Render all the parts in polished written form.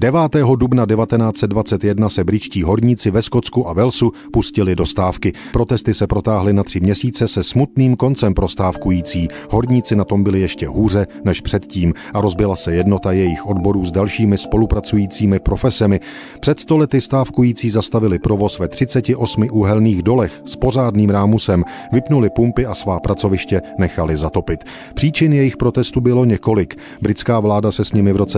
9. dubna 1921 se britští horníci ve Skotsku a Walesu pustili do stávky. Protesty se protáhly na 3 měsíce se smutným koncem pro stávkující. Horníci na tom byli ještě hůře než předtím a rozbila se jednota jejich odborů s dalšími spolupracujícími profesemi. Před 100 lety stávkující zastavili provoz ve 38 uhelných dolech s pořádným rámusem, vypnuli pumpy a svá pracoviště nechali zatopit. Příčin jejich protestu bylo několik. Britská vláda se s nimi v roce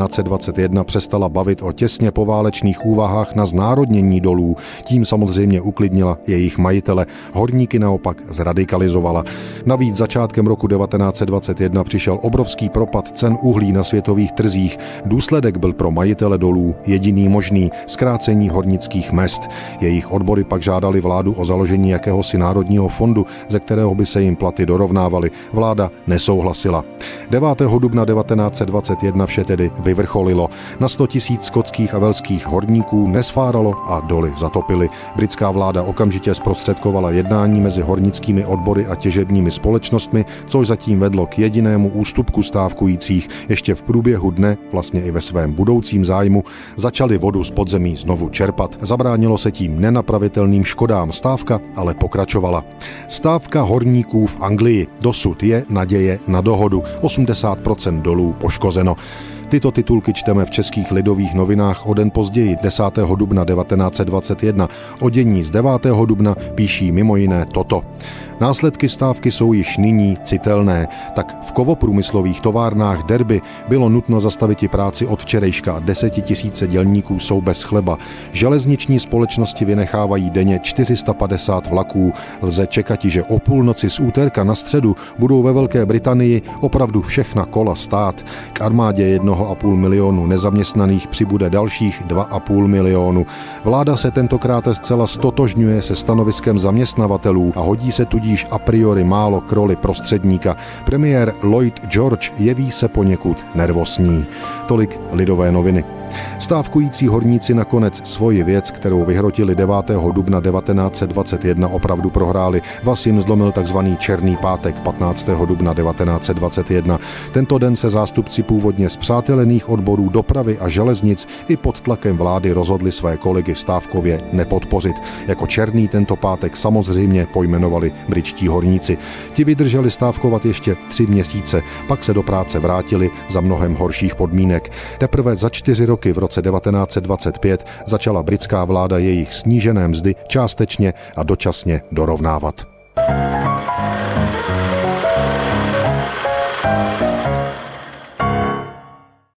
1921 přestala bavit o těsně poválečných úvahách na znárodnění dolů. Tím samozřejmě uklidnila jejich majitele. Horníky naopak zradikalizovala. Navíc začátkem roku 1921 přišel obrovský propad cen uhlí na světových trzích. Důsledek byl pro majitele dolů jediný možný: zkrácení hornických mezd. Jejich odbory pak žádali vládu o založení jakéhosi národního fondu, ze kterého by se jim platy dorovnávaly. Vláda nesouhlasila. 9. dubna 1921 vše tedy vyvrcholilo. Na 100 000 skotských a velských horníků nesfáralo a doly zatopily. Britská vláda okamžitě zprostředkovala jednání mezi hornickými odbory a těžebními společnostmi, což zatím vedlo k jedinému ústupku stávkujících. Ještě v průběhu dne, vlastně i ve svém budoucím zájmu, začali vodu z podzemí znovu čerpat. Zabránilo se tím nenapravitelným škodám. Stávka ale pokračovala. Stávka horníků v Anglii. Dosud je naděje na dohodu. 80% dolů poškozeno. Tyto titulky čteme v českých Lidových novinách o den později, 10. dubna 1921. O dění z 9. dubna píší mimo jiné toto. Následky stávky jsou již nyní citelné. Tak v kovoprůmyslových továrnách Derby bylo nutno zastaviti práci od včerejška a 10 000 dělníků jsou bez chleba. Železniční společnosti vynechávají denně 450 vlaků. Lze čekati, že o půlnoci z úterka na středu budou ve Velké Británii opravdu všechna kola stát. K armádě 1,5 milionu nezaměstnaných přibude dalších 2,5 milionu. Vláda se tentokrát zcela stotožňuje se stanoviskem zaměstnavatelů a hodí se tudíž a priori málo k roli prostředníka. Premiér Lloyd George jeví se poněkud nervózní. Tolik Lidové noviny. Stávkující horníci nakonec svoji věc, kterou vyhrotili 9. dubna 1921, opravdu prohráli. Vaz jim zlomil takzvaný Černý pátek 15. dubna 1921. Tento den se zástupci původně spřátelených odborů dopravy a železnic i pod tlakem vlády rozhodli své kolegy stávkově nepodpořit. Jako černý tento pátek samozřejmě pojmenovali britští horníci. Ti vydrželi stávkovat ještě 3 měsíce, pak se do práce vrátili za mnohem horších podmínek. Teprve za 4 roky v roce 1925 začala britská vláda jejich snížené mzdy částečně a dočasně dorovnávat.